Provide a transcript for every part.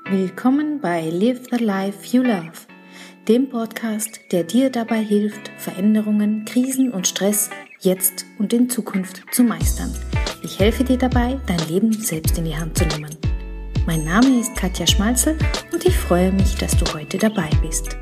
Willkommen bei Live the Life You Love, dem Podcast, der dir dabei hilft, Veränderungen, Krisen und Stress jetzt und in Zukunft zu meistern. Ich helfe dir dabei, dein Leben selbst in die Hand zu nehmen. Mein Name ist Katja Schmalzel und ich freue mich, dass du heute dabei bist.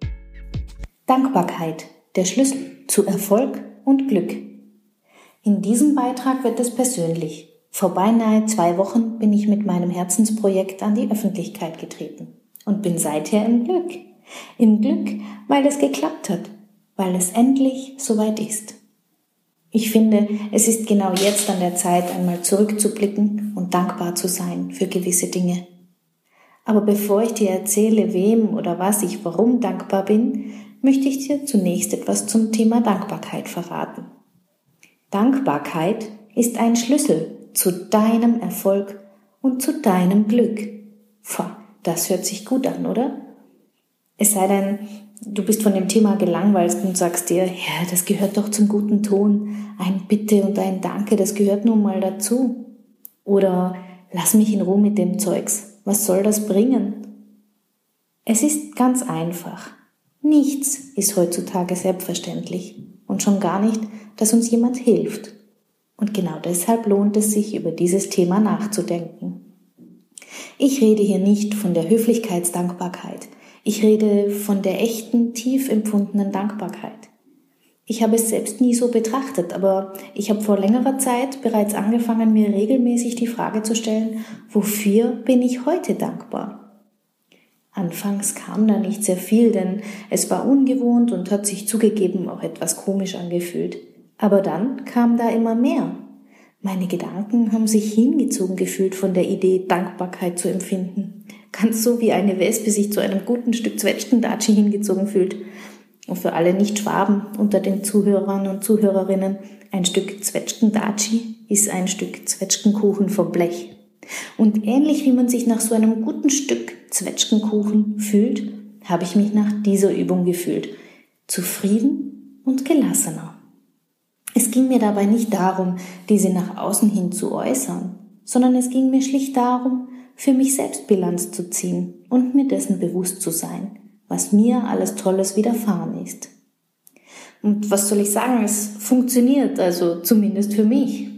Dankbarkeit, der Schlüssel zu Erfolg und Glück. In diesem Beitrag wird es persönlich. Vor beinahe 2 Wochen bin ich mit meinem Herzensprojekt an die Öffentlichkeit getreten und bin seither im Glück. Im Glück, weil es geklappt hat, weil es endlich soweit ist. Ich finde, es ist genau jetzt an der Zeit, einmal zurückzublicken und dankbar zu sein für gewisse Dinge. Aber bevor ich dir erzähle, wem oder was ich warum dankbar bin, möchte ich dir zunächst etwas zum Thema Dankbarkeit verraten. Dankbarkeit ist ein Schlüssel zu deinem Erfolg und zu deinem Glück. Das hört sich gut an, oder? Es sei denn, du bist von dem Thema gelangweilt und sagst dir, ja, das gehört doch zum guten Ton. Ein Bitte und ein Danke, das gehört nun mal dazu. Oder lass mich in Ruhe mit dem Zeugs. Was soll das bringen? Es ist ganz einfach. Nichts ist heutzutage selbstverständlich. Und schon gar nicht, dass uns jemand hilft. Und genau deshalb lohnt es sich, über dieses Thema nachzudenken. Ich rede hier nicht von der Höflichkeitsdankbarkeit. Ich rede von der echten, tief empfundenen Dankbarkeit. Ich habe es selbst nie so betrachtet, aber ich habe vor längerer Zeit bereits angefangen, mir regelmäßig die Frage zu stellen, wofür bin ich heute dankbar? Anfangs kam da nicht sehr viel, denn es war ungewohnt und hat sich zugegeben auch etwas komisch angefühlt. Aber dann kam da immer mehr. Meine Gedanken haben sich hingezogen gefühlt von der Idee, Dankbarkeit zu empfinden. Ganz so wie eine Wespe sich zu einem guten Stück Zwetschgendatschi hingezogen fühlt. Und für alle Nicht-Schwaben unter den Zuhörern und Zuhörerinnen, ein Stück Zwetschgendatschi ist ein Stück Zwetschgenkuchen vom Blech. Und ähnlich wie man sich nach so einem guten Stück Zwetschgenkuchen fühlt, habe ich mich nach dieser Übung gefühlt. Zufrieden und gelassener. Es ging mir dabei nicht darum, diese nach außen hin zu äußern, sondern es ging mir schlicht darum, für mich selbst Bilanz zu ziehen und mir dessen bewusst zu sein, was mir alles Tolles widerfahren ist. Und was soll ich sagen, es funktioniert, also zumindest für mich.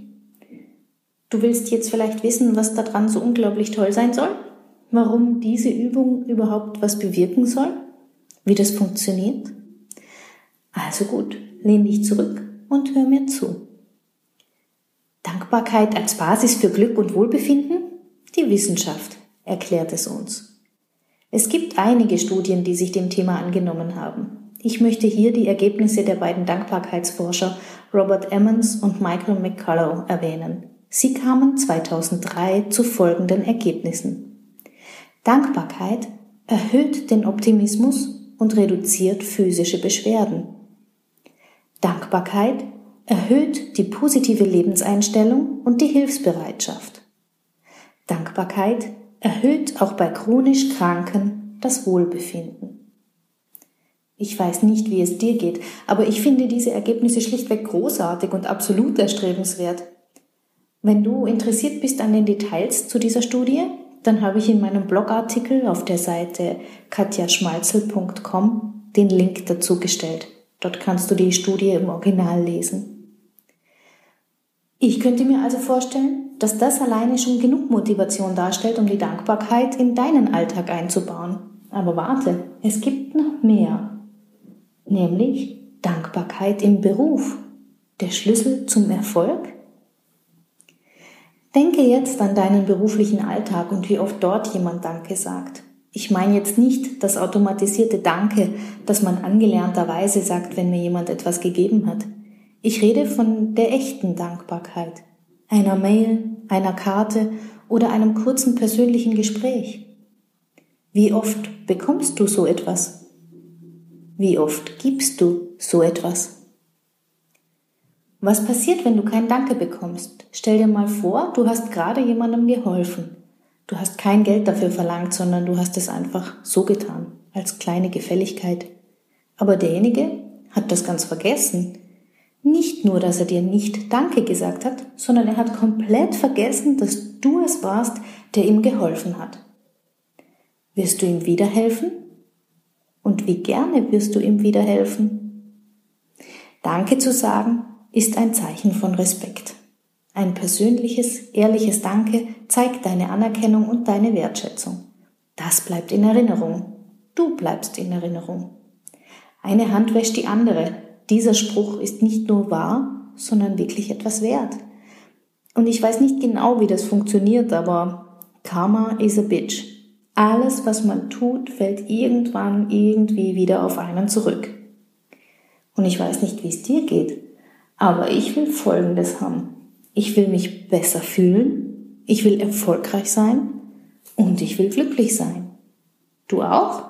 Du willst jetzt vielleicht wissen, was daran so unglaublich toll sein soll? Warum diese Übung überhaupt was bewirken soll? Wie das funktioniert? Also gut, lehn dich zurück und hör mir zu. Dankbarkeit als Basis für Glück und Wohlbefinden? Die Wissenschaft erklärt es uns. Es gibt einige Studien, die sich dem Thema angenommen haben. Ich möchte hier die Ergebnisse der beiden Dankbarkeitsforscher Robert Emmons und Michael McCullough erwähnen. Sie kamen 2003 zu folgenden Ergebnissen. Dankbarkeit erhöht den Optimismus und reduziert physische Beschwerden. Dankbarkeit erhöht die positive Lebenseinstellung und die Hilfsbereitschaft. Dankbarkeit erhöht auch bei chronisch Kranken das Wohlbefinden. Ich weiß nicht, wie es dir geht, aber ich finde diese Ergebnisse schlichtweg großartig und absolut erstrebenswert. Wenn du interessiert bist an den Details zu dieser Studie, dann habe ich in meinem Blogartikel auf der Seite katjaschmalzel.com den Link dazu gestellt. Dort kannst du die Studie im Original lesen. Ich könnte mir also vorstellen, dass das alleine schon genug Motivation darstellt, um die Dankbarkeit in deinen Alltag einzubauen. Aber warte, es gibt noch mehr. Nämlich Dankbarkeit im Beruf. Der Schlüssel zum Erfolg? Denke jetzt an deinen beruflichen Alltag und wie oft dort jemand Danke sagt. Ich meine jetzt nicht das automatisierte Danke, das man angelernterweise sagt, wenn mir jemand etwas gegeben hat. Ich rede von der echten Dankbarkeit, einer Mail, einer Karte oder einem kurzen persönlichen Gespräch. Wie oft bekommst du so etwas? Wie oft gibst du so etwas? Was passiert, wenn du kein Danke bekommst? Stell dir mal vor, du hast gerade jemandem geholfen. Du hast kein Geld dafür verlangt, sondern du hast es einfach so getan, als kleine Gefälligkeit. Aber derjenige hat das ganz vergessen. Nicht nur, dass er dir nicht Danke gesagt hat, sondern er hat komplett vergessen, dass du es warst, der ihm geholfen hat. Wirst du ihm wieder helfen? Und wie gerne wirst du ihm wieder helfen? Danke zu sagen ist ein Zeichen von Respekt. Ein persönliches, ehrliches Danke zeigt deine Anerkennung und deine Wertschätzung. Das bleibt in Erinnerung. Du bleibst in Erinnerung. Eine Hand wäscht die andere. Dieser Spruch ist nicht nur wahr, sondern wirklich etwas wert. Und ich weiß nicht genau, wie das funktioniert, aber Karma is a bitch. Alles, was man tut, fällt irgendwann irgendwie wieder auf einen zurück. Und ich weiß nicht, wie es dir geht, aber ich will Folgendes haben. Ich will mich besser fühlen, ich will erfolgreich sein und ich will glücklich sein. Du auch?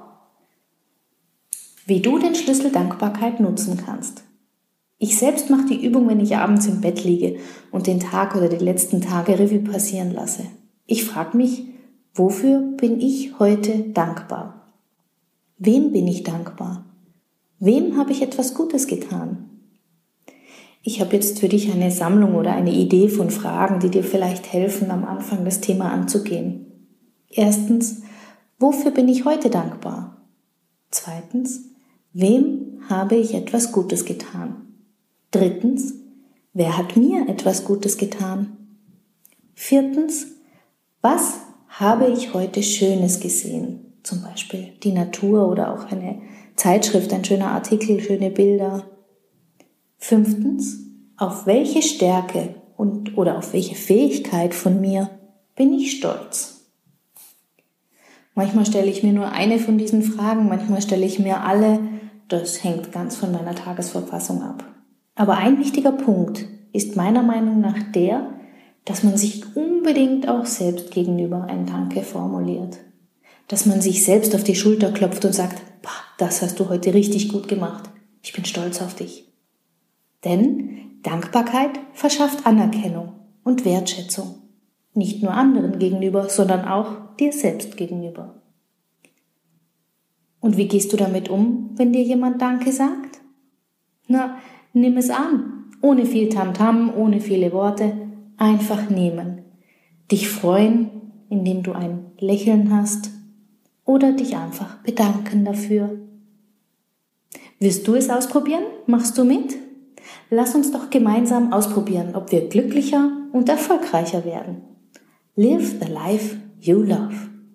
Wie du den Schlüssel Dankbarkeit nutzen kannst. Ich selbst mache die Übung, wenn ich abends im Bett liege und den Tag oder die letzten Tage Revue passieren lasse. Ich frage mich, wofür bin ich heute dankbar? Wem bin ich dankbar? Wem habe ich etwas Gutes getan? Ich habe jetzt für dich eine Sammlung oder eine Idee von Fragen, die dir vielleicht helfen, am Anfang das Thema anzugehen. Erstens, wofür bin ich heute dankbar? Zweitens, wem habe ich etwas Gutes getan? Drittens, wer hat mir etwas Gutes getan? Viertens, was habe ich heute Schönes gesehen? Zum Beispiel die Natur oder auch eine Zeitschrift, ein schöner Artikel, schöne Bilder. Fünftens, auf welche Stärke oder auf welche Fähigkeit von mir bin ich stolz? Manchmal stelle ich mir nur eine von diesen Fragen, manchmal stelle ich mir alle. Das hängt ganz von meiner Tagesverfassung ab. Aber ein wichtiger Punkt ist meiner Meinung nach der, dass man sich unbedingt auch selbst gegenüber ein Danke formuliert. Dass man sich selbst auf die Schulter klopft und sagt, das hast du heute richtig gut gemacht. Ich bin stolz auf dich. Denn Dankbarkeit verschafft Anerkennung und Wertschätzung. Nicht nur anderen gegenüber, sondern auch dir selbst gegenüber. Und wie gehst du damit um, wenn dir jemand Danke sagt? Nimm es an. Ohne viel Tamtam, ohne viele Worte. Einfach nehmen. Dich freuen, indem du ein Lächeln hast. Oder dich einfach bedanken dafür. Wirst du es ausprobieren? Machst du mit? Lass uns doch gemeinsam ausprobieren, ob wir glücklicher und erfolgreicher werden. Live the life you love.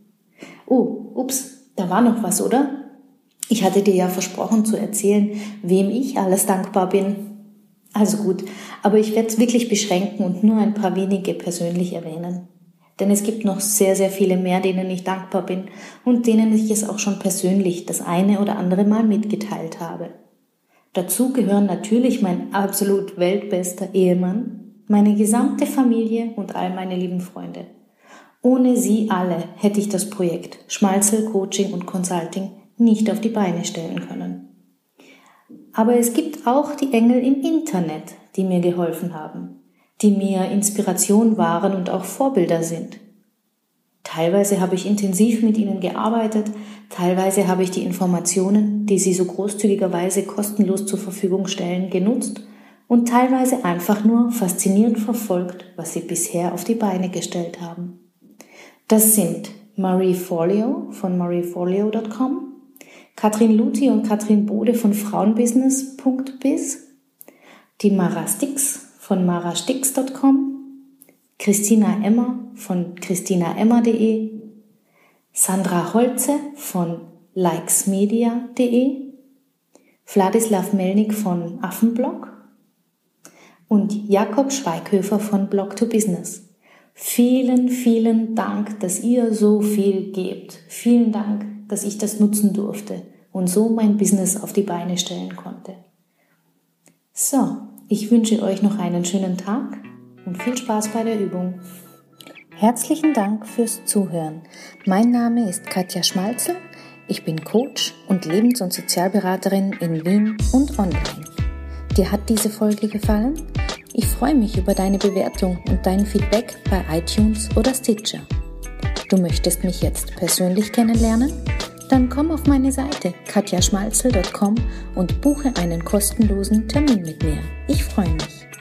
Da war noch was, oder? Ich hatte dir ja versprochen zu erzählen, wem ich alles dankbar bin. Also gut, aber ich werde es wirklich beschränken und nur ein paar wenige persönlich erwähnen. Denn es gibt noch sehr, sehr viele mehr, denen ich dankbar bin und denen ich es auch schon persönlich das eine oder andere Mal mitgeteilt habe. Dazu gehören natürlich mein absolut weltbester Ehemann, meine gesamte Familie und all meine lieben Freunde. Ohne sie alle hätte ich das Projekt Schmalzl Coaching und Consulting nicht auf die Beine stellen können. Aber es gibt auch die Engel im Internet, die mir geholfen haben, die mir Inspiration waren und auch Vorbilder sind. Teilweise habe ich intensiv mit ihnen gearbeitet, teilweise habe ich die Informationen, die sie so großzügigerweise kostenlos zur Verfügung stellen, genutzt und teilweise einfach nur fasziniert verfolgt, was sie bisher auf die Beine gestellt haben. Das sind Marie Forleo von marieforleo.com, Katrin Luthi und Katrin Bode von frauenbusiness.biz, die Mara Stix von marastix.com, Christina Emmer von christinaemmer.de, Sandra Holze von likesmedia.de, Wladislav Melnik von Affenblog und Jakob Schweighöfer von Blog to Business. Vielen, vielen Dank, dass ihr so viel gebt. Vielen Dank, dass ich das nutzen durfte und so mein Business auf die Beine stellen konnte. So, ich wünsche euch noch einen schönen Tag und viel Spaß bei der Übung. Herzlichen Dank fürs Zuhören. Mein Name ist Katja Schmalzl. Ich bin Coach und Lebens- und Sozialberaterin in Wien und online. Dir hat diese Folge gefallen? Ich freue mich über deine Bewertung und dein Feedback bei iTunes oder Stitcher. Du möchtest mich jetzt persönlich kennenlernen? Dann komm auf meine Seite katjaschmalzl.com und buche einen kostenlosen Termin mit mir. Ich freue mich.